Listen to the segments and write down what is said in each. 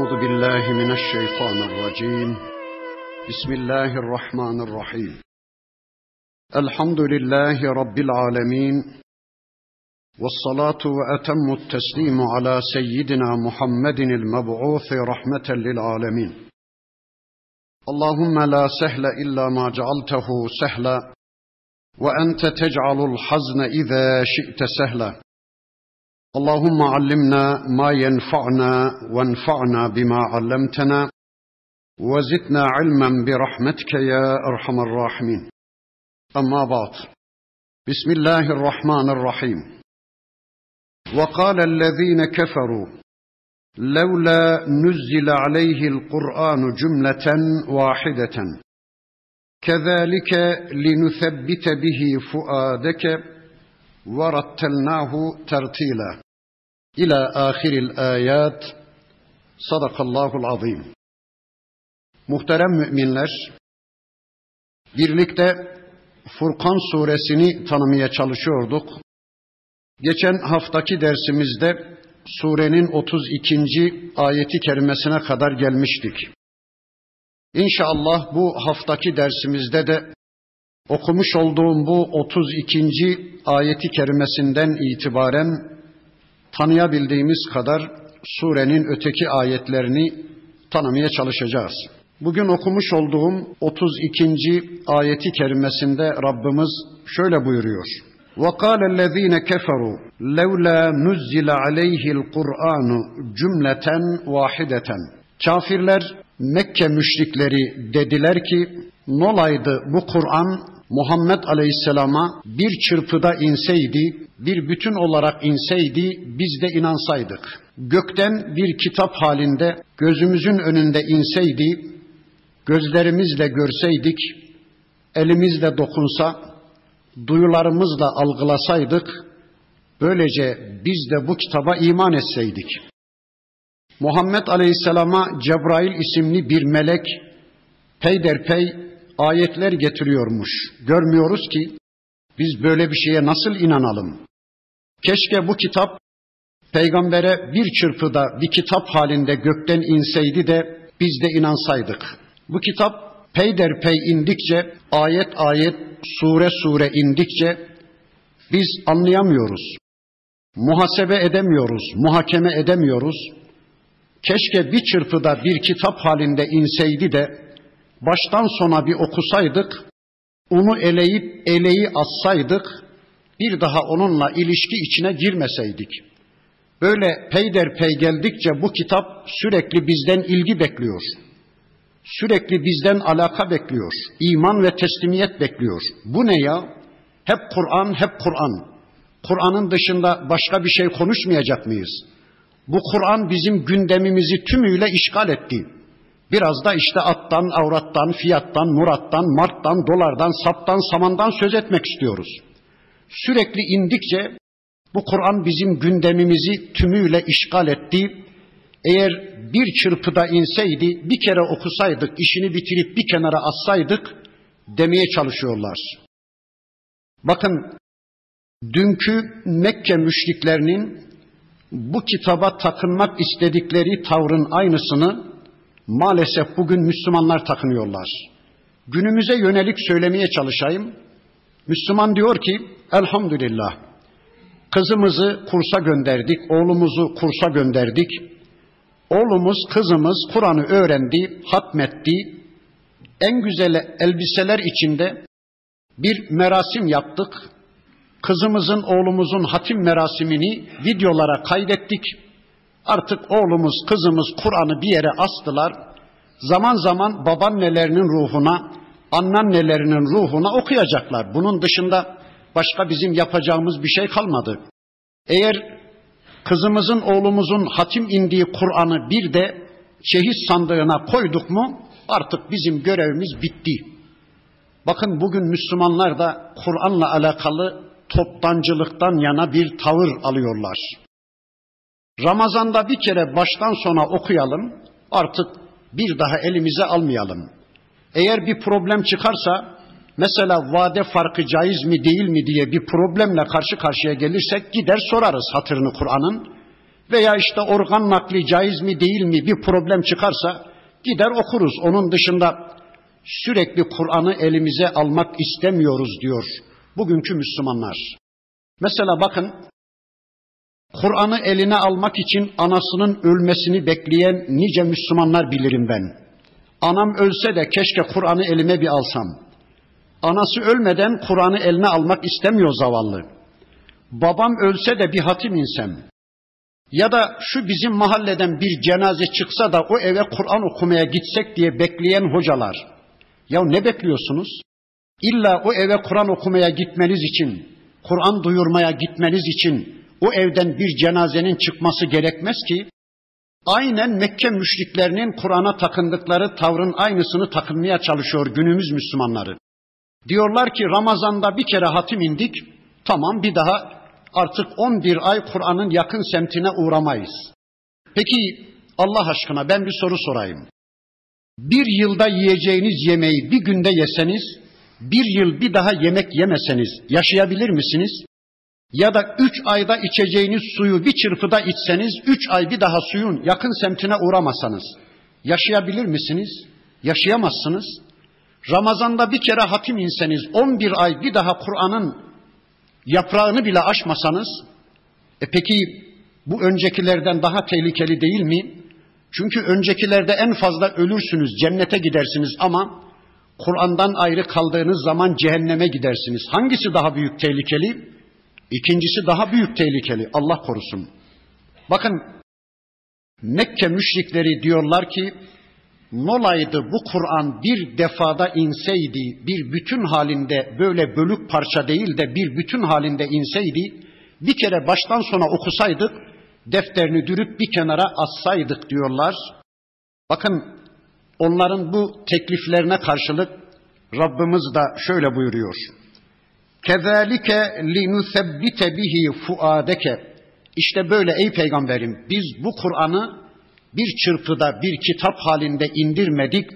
أعوذ بالله من الشيطان الرجيم. بسم الله الرحمن الرحيم. الحمد لله رب العالمين، والصلاة وأتم التسليم على سيدنا محمد المبعوث رحمة للعالمين. اللهم لا سهل إلا ما جعلته سهلا، وأنت تجعل الحزن إذا شئت سهلا. اللهم علمنا ما ينفعنا وانفعنا بما علمتنا، وزدنا علما برحمتك يا أرحم الراحمين. أما بعد، بسم الله الرحمن الرحيم. وقال الذين كفروا لولا نزل عليه القرآن جملة واحدة كذلك لنثبت به فؤادك ورتلناه ترتيلا إلى آخر الآيات. Sadakallahul azim. Muhterem müminler, birlikte Furkan suresini tanımaya çalışıyorduk. Geçen haftaki dersimizde surenin 32. ayeti kerimesine kadar gelmiştik. İnşallah bu haftaki dersimizde de okumuş olduğum bu 32. ayeti kerimesinden itibaren tanıyabildiğimiz kadar surenin öteki ayetlerini tanımaya çalışacağız. Bugün okumuş olduğum 32. ayeti kerimesinde Rabbimiz şöyle buyuruyor. وَقَالَ الَّذ۪ينَ كَفَرُوا لَوْلَا نُزِّلَ عَلَيْهِ الْقُرْآنُ جُمْلَةً وَاحِدَةً. Kafirler, Mekke müşrikleri dediler ki, nolaydı bu Kur'an Muhammed Aleyhisselam'a bir çırpıda inseydi, bir bütün olarak inseydi, biz de inansaydık. Gökten bir kitap halinde gözümüzün önünde inseydi, gözlerimizle görseydik, elimizle dokunsa, duyularımızla algılasaydık, böylece biz de bu kitaba iman etseydik. Muhammed Aleyhisselam'a Cebrail isimli bir melek peyderpey ayetler getiriyormuş. Görmüyoruz ki biz böyle bir şeye nasıl inanalım? Keşke bu kitap peygambere bir çırpıda bir kitap halinde gökten inseydi de biz de inansaydık. Bu kitap peyderpey indikçe, ayet ayet, sure sure indikçe biz anlayamıyoruz. Muhasebe edemiyoruz, muhakeme edemiyoruz. Keşke bir çırpıda bir kitap halinde inseydi de baştan sona bir okusaydık, onu eleyip eleği assaydık, bir daha onunla ilişki içine girmeseydik. Böyle peyderpey geldikçe bu kitap sürekli bizden ilgi bekliyor. Sürekli bizden alaka bekliyor. İman ve teslimiyet bekliyor. Bu ne ya? Hep Kur'an, hep Kur'an. Kur'an'ın dışında başka bir şey konuşmayacak mıyız? Bu Kur'an bizim gündemimizi tümüyle işgal etti. Biraz da işte attan, avrattan, fiyattan, murattan, marttan, dolardan, saptan, samandan söz etmek istiyoruz. Sürekli indikçe bu Kur'an bizim gündemimizi tümüyle işgal etti. Eğer bir çırpıda inseydi, bir kere okusaydık, işini bitirip bir kenara atsaydık demeye çalışıyorlar. Bakın, dünkü Mekke müşriklerinin bu kitaba takınmak istedikleri tavrın aynısını maalesef bugün Müslümanlar takınıyorlar. Günümüze yönelik söylemeye çalışayım. Müslüman diyor ki, elhamdülillah, kızımızı kursa gönderdik, oğlumuzu kursa gönderdik. Oğlumuz, kızımız Kur'an'ı öğrendi, hatmetti. En güzel elbiseler içinde bir merasim yaptık. Kızımızın, oğlumuzun hatim merasimini videolara kaydettik. Artık oğlumuz, kızımız Kur'an'ı bir yere astılar. Zaman zaman babaannelerinin ruhuna, anneannelerinin ruhuna okuyacaklar. Bunun dışında başka bizim yapacağımız bir şey kalmadı. Eğer kızımızın, oğlumuzun hatim indiği Kur'an'ı bir de şehit sandığına koyduk mu artık bizim görevimiz bitti. Bakın bugün Müslümanlar da Kur'an'la alakalı toptancılıktan yana bir tavır alıyorlar. Ramazan'da bir kere baştan sona okuyalım, artık bir daha elimize almayalım. Eğer bir problem çıkarsa, mesela vade farkı caiz mi değil mi diye bir problemle karşı karşıya gelirsek gider sorarız hatırını Kur'an'ın. veya işte organ nakli caiz mi değil mi bir problem çıkarsa gider okuruz. Onun dışında sürekli Kur'an'ı elimize almak istemiyoruz diyor bugünkü Müslümanlar. Mesela bakın, Kur'an'ı eline almak için anasının ölmesini bekleyen nice Müslümanlar bilirim ben. Anam ölse de keşke Kur'an'ı elime bir alsam. Anası ölmeden Kur'an'ı eline almak istemiyor zavallı. Babam ölse de bir hatim insem. Ya da şu bizim mahalleden bir cenaze çıksa da o eve Kur'an okumaya gitsek diye bekleyen hocalar. Ya ne bekliyorsunuz? İlla o eve Kur'an okumaya gitmeniz için, Kur'an duyurmaya gitmeniz için o evden bir cenazenin çıkması gerekmez ki. Aynen Mekke müşriklerinin Kur'an'a takındıkları tavrın aynısını takınmaya çalışıyor günümüz Müslümanları. Diyorlar ki Ramazan'da bir kere hatim indik, tamam bir daha artık 11 ay Kur'an'ın yakın semtine uğramayız. Peki Allah aşkına ben bir soru sorayım. Bir yılda yiyeceğiniz yemeği bir günde yeseniz, bir yıl bir daha yemek yemeseniz yaşayabilir misiniz? Ya da 3 ayda içeceğiniz suyu bir çırpıda içseniz, 3 ay bir daha suyun yakın semtine uğramasanız yaşayabilir misiniz? Yaşayamazsınız. Ramazan'da bir kere hatim inseniz, 11 ay bir daha Kur'an'ın yaprağını bile aşmasanız, peki bu öncekilerden daha tehlikeli değil mi? Çünkü öncekilerde en fazla ölürsünüz, cennete gidersiniz ama Kur'an'dan ayrı kaldığınız zaman cehenneme gidersiniz. Hangisi daha büyük tehlikeli? İkincisi daha büyük tehlikeli, Allah korusun. Bakın, Mekke müşrikleri diyorlar ki, nolaydı bu Kur'an bir defada inseydi, bir bütün halinde böyle bölük parça değil de bir bütün halinde inseydi, bir kere baştan sona okusaydık, defterini dürüp bir kenara assaydık diyorlar. Bakın, onların bu tekliflerine karşılık Rabbimiz da şöyle buyuruyor. كَذَٰلِكَ لِنُثَبِّتَ بِهِ فُؤَادَكَ. İşte böyle ey peygamberim, biz bu Kur'an'ı bir çırpıda bir kitap halinde indirmedik.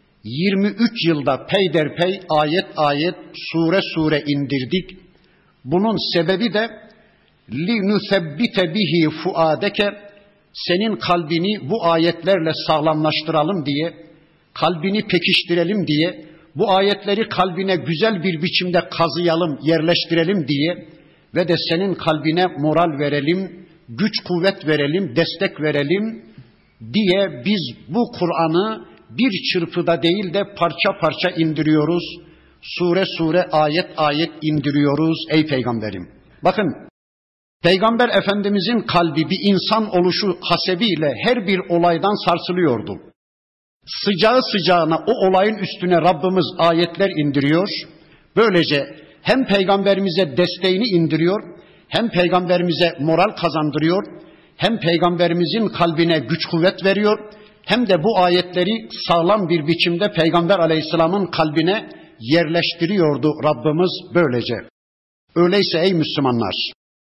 23 yılda peyderpey ayet ayet sure sure indirdik. Bunun sebebi de لِنُثَبِّتَ بِهِ فُؤَادَكَ. Senin kalbini bu ayetlerle sağlamlaştıralım diye, kalbini pekiştirelim diye, bu ayetleri kalbine güzel bir biçimde kazıyalım, yerleştirelim diye ve de senin kalbine moral verelim, güç kuvvet verelim, destek verelim diye biz bu Kur'an'ı bir çırpıda değil de parça parça indiriyoruz. Sure sure ayet ayet indiriyoruz ey peygamberim. Bakın, Peygamber Efendimizin kalbi bir insan oluşu hasebiyle her bir olaydan sarsılıyordu. Sıcağı sıcağına o olayın üstüne Rabbimiz ayetler indiriyor. Böylece hem peygamberimize desteğini indiriyor, hem peygamberimize moral kazandırıyor, hem peygamberimizin kalbine güç kuvvet veriyor, hem de bu ayetleri sağlam bir biçimde Peygamber Aleyhisselam'ın kalbine yerleştiriyordu Rabbimiz böylece. Öyleyse ey Müslümanlar,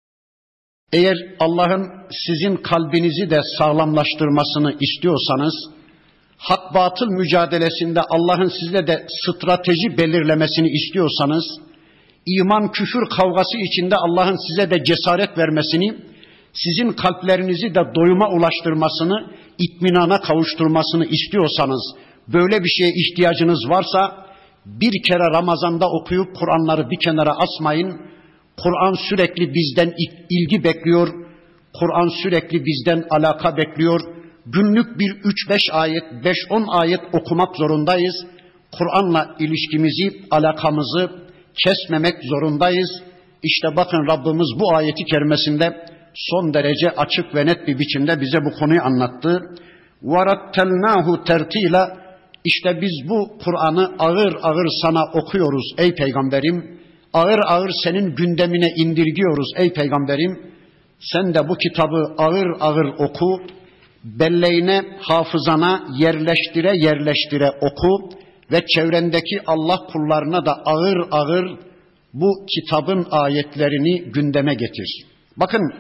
eğer Allah'ın sizin kalbinizi de sağlamlaştırmasını istiyorsanız, hak batıl mücadelesinde Allah'ın size de strateji belirlemesini istiyorsanız, iman küfür kavgası içinde Allah'ın size de cesaret vermesini, sizin kalplerinizi de doyuma ulaştırmasını, itminana kavuşturmasını istiyorsanız, böyle bir şeye ihtiyacınız varsa, bir kere Ramazan'da okuyup Kur'anları bir kenara asmayın. Kur'an sürekli bizden ilgi bekliyor, Kur'an sürekli bizden alaka bekliyor. Günlük bir 3-5 ayet, 5-10 ayet okumak zorundayız. Kur'an'la ilişkimizi, alakamızı kesmemek zorundayız. İşte bakın Rabbimiz bu ayeti kerimesinde son derece açık ve net bir biçimde bize bu konuyu anlattı. وَرَتَّلْنَاهُ تَرْتِيلًا. İşte biz bu Kur'an'ı ağır ağır sana okuyoruz ey peygamberim. Ağır ağır senin gündemine indirgiyoruz ey peygamberim. Sen de bu kitabı ağır ağır oku. Belleğine, hafızana yerleştire yerleştire oku ve çevrendeki Allah kullarına da ağır ağır bu kitabın ayetlerini gündeme getir. Bakın,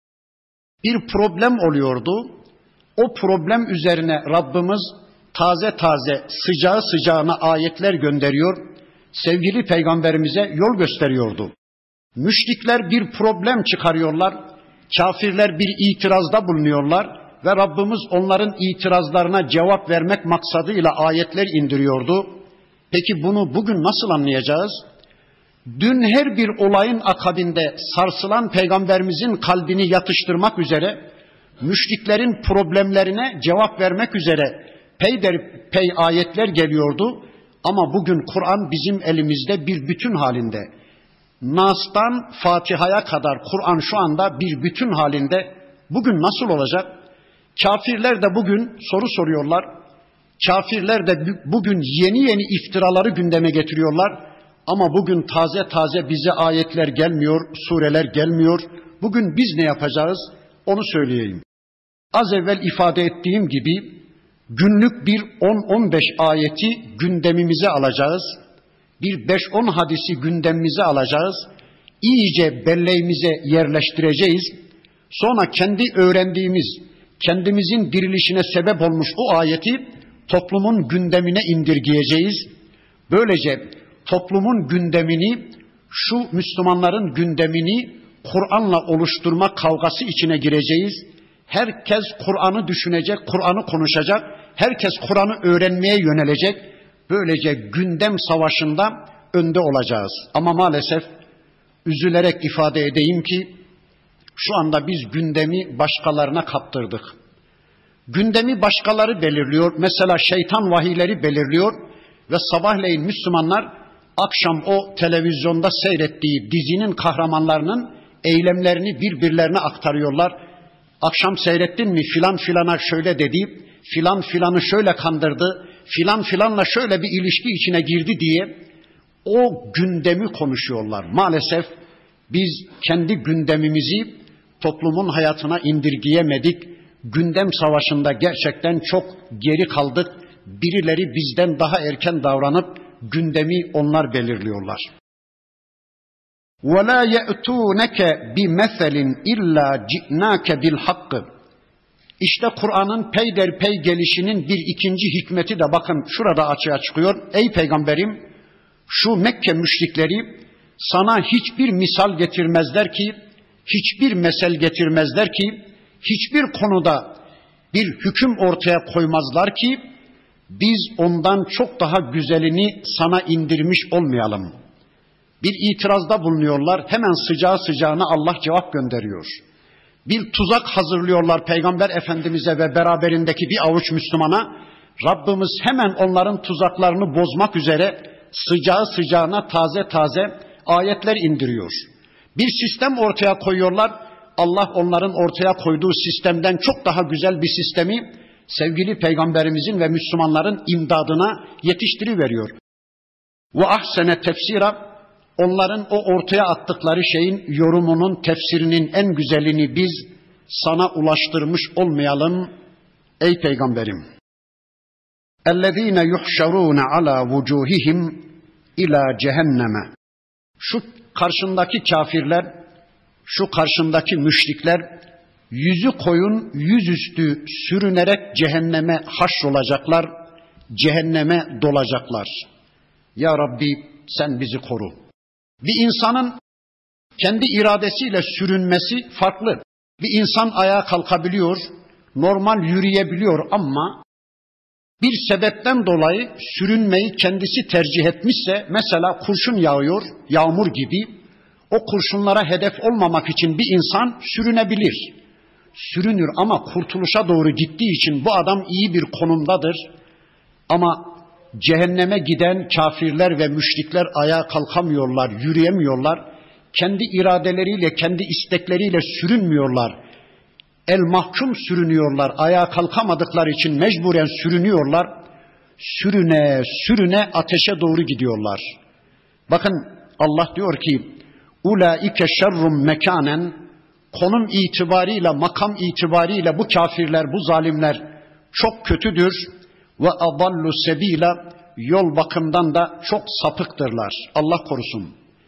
bir problem oluyordu. O problem üzerine Rabbimiz taze taze, sıcağı sıcağına ayetler gönderiyor. Sevgili peygamberimize yol gösteriyordu. Müşrikler bir problem çıkarıyorlar. Kafirler bir itirazda bulunuyorlar ve Rabbimiz onların itirazlarına cevap vermek maksadıyla ayetler indiriyordu. Peki bunu bugün nasıl anlayacağız? Dün her bir olayın akabinde sarsılan Peygamberimizin kalbini yatıştırmak üzere, müşriklerin problemlerine cevap vermek üzere peyderpey ayetler geliyordu. Ama bugün Kur'an bizim elimizde bir bütün halinde. Nas'tan Fatiha'ya kadar Kur'an şu anda bir bütün halinde. Bugün nasıl olacak? Kafirler de bugün soru soruyorlar. Kafirler de bugün yeni iftiraları gündeme getiriyorlar. Ama bugün taze taze bize ayetler gelmiyor, sureler gelmiyor. Bugün biz ne yapacağız? Onu söyleyeyim. Az evvel ifade ettiğim gibi günlük bir 10-15 ayeti gündemimize alacağız. Bir 5-10 hadisi gündemimize alacağız. İyice belleğimize yerleştireceğiz. Sonra kendi öğrendiğimiz, kendimizin dirilişine sebep olmuş o ayeti toplumun gündemine indirgeyeceğiz. Böylece toplumun gündemini, şu Müslümanların gündemini Kur'an'la oluşturma kavgası içine gireceğiz. Herkes Kur'an'ı düşünecek, Kur'an'ı konuşacak. Herkes Kur'an'ı öğrenmeye yönelecek. Böylece gündem savaşında önde olacağız. Ama maalesef üzülerek ifade edeyim ki şu anda biz gündemi başkalarına kaptırdık. Gündemi başkaları belirliyor. Mesela şeytan vahiyleri belirliyor ve sabahleyin Müslümanlar akşam o televizyonda seyrettiği dizinin kahramanlarının eylemlerini birbirlerine aktarıyorlar. Akşam seyrettin mi filan filana şöyle dedi, filan filanı şöyle kandırdı, filan filanla şöyle bir ilişki içine girdi diye o gündemi konuşuyorlar. Maalesef biz kendi gündemimizi toplumun hayatına indirgeyemedik. Gündem savaşında gerçekten çok geri kaldık. Birileri bizden daha erken davranıp gündemi onlar belirliyorlar. وَلَا يَأْتُونَكَ بِمَثَلٍ اِلَّا جِئْنَاكَ بِالْحَقِّ. İşte Kur'an'ın peyderpey gelişinin bir ikinci hikmeti de bakın şurada açığa çıkıyor. Ey Peygamberim, şu Mekke müşrikleri sana hiçbir misal getirmezler ki, hiçbir mesel getirmezler ki, hiçbir konuda bir hüküm ortaya koymazlar ki, biz ondan çok daha güzelini sana indirmiş olmayalım. Bir itirazda bulunuyorlar, hemen sıcağı sıcağına Allah cevap gönderiyor. Bir tuzak hazırlıyorlar Peygamber Efendimiz'e ve beraberindeki bir avuç Müslümana. Rabbimiz hemen onların tuzaklarını bozmak üzere sıcağı sıcağına taze taze ayetler indiriyor. Bir sistem ortaya koyuyorlar. Allah onların ortaya koyduğu sistemden çok daha güzel bir sistemi sevgili Peygamberimizin ve Müslümanların imdadına yetiştiriveriyor. Ve ahsene tefsira, onların o ortaya attıkları şeyin yorumunun, tefsirinin en güzelini biz sana ulaştırmış olmayalım ey Peygamberim. اَلَّذ۪ينَ يُحْشَرُونَ عَلَى وُجُوهِهِمْ اِلَى cehenneme. Şu karşındaki kafirler, şu karşındaki müşrikler yüzü koyun, yüzüstü sürünerek cehenneme haşrolacaklar, cehenneme dolacaklar. Ya Rabbi sen bizi koru. Bir insanın kendi iradesiyle sürünmesi farklı. Bir insan ayağa kalkabiliyor, normal yürüyebiliyor ama bir sebepten dolayı sürünmeyi kendisi tercih etmişse, mesela kurşun yağıyor, yağmur gibi, o kurşunlara hedef olmamak için bir insan sürünebilir. Sürünür ama kurtuluşa doğru gittiği için bu adam iyi bir konumdadır. Ama cehenneme giden kafirler ve müşrikler ayağa kalkamıyorlar, yürüyemiyorlar. Kendi iradeleriyle, kendi istekleriyle sürünmüyorlar. El mahkum sürünüyorlar. Ayağa kalkamadıkları için mecburen sürünüyorlar. Sürüne sürüne ateşe doğru gidiyorlar. Bakın Allah diyor ki ulaike şerrum mekanen, konum itibariyle, makam itibariyle bu kafirler, bu zalimler çok kötüdür. Ve adallu sebila, yol bakımdan da çok sapıktırlar. Allah korusun.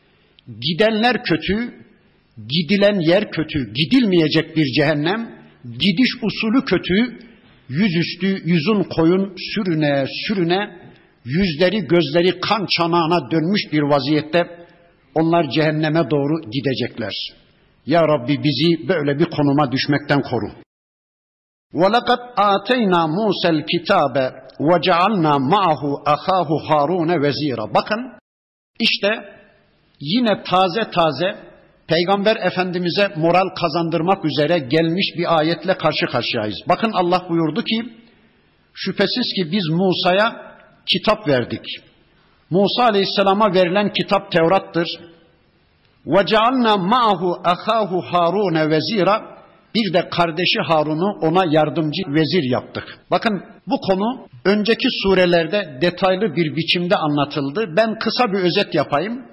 Gidenler kötü, gidilen yer kötü, gidilmeyecek bir cehennem, gidiş usulü kötü, yüzüstü, yüzün koyun sürüne sürüne, yüzleri gözleri kan çanağına dönmüş bir vaziyette onlar cehenneme doğru gidecekler. Ya Rabbi bizi böyle bir konuma düşmekten koru. وَلَقَدْ آتَيْنَا مُوسَى الْكِتَابَ وَجَعَلْنَا مَعَهُ أَخَاهُ هَارُونَ وَزِيرًا. Bakın işte yine taze taze Peygamber Efendimiz'e moral kazandırmak üzere gelmiş bir ayetle karşı karşıyayız. Bakın Allah buyurdu ki, şüphesiz ki biz Musa'ya kitap verdik. Musa Aleyhisselam'a verilen kitap Tevrat'tır. وَجَعَلْنَا مَعَهُ أَخَاهُ هَارُونَ وَزِيرًا. Bir de kardeşi Harun'u ona yardımcı vezir yaptık. Bakın bu konu önceki surelerde detaylı bir biçimde anlatıldı. Ben kısa bir özet yapayım.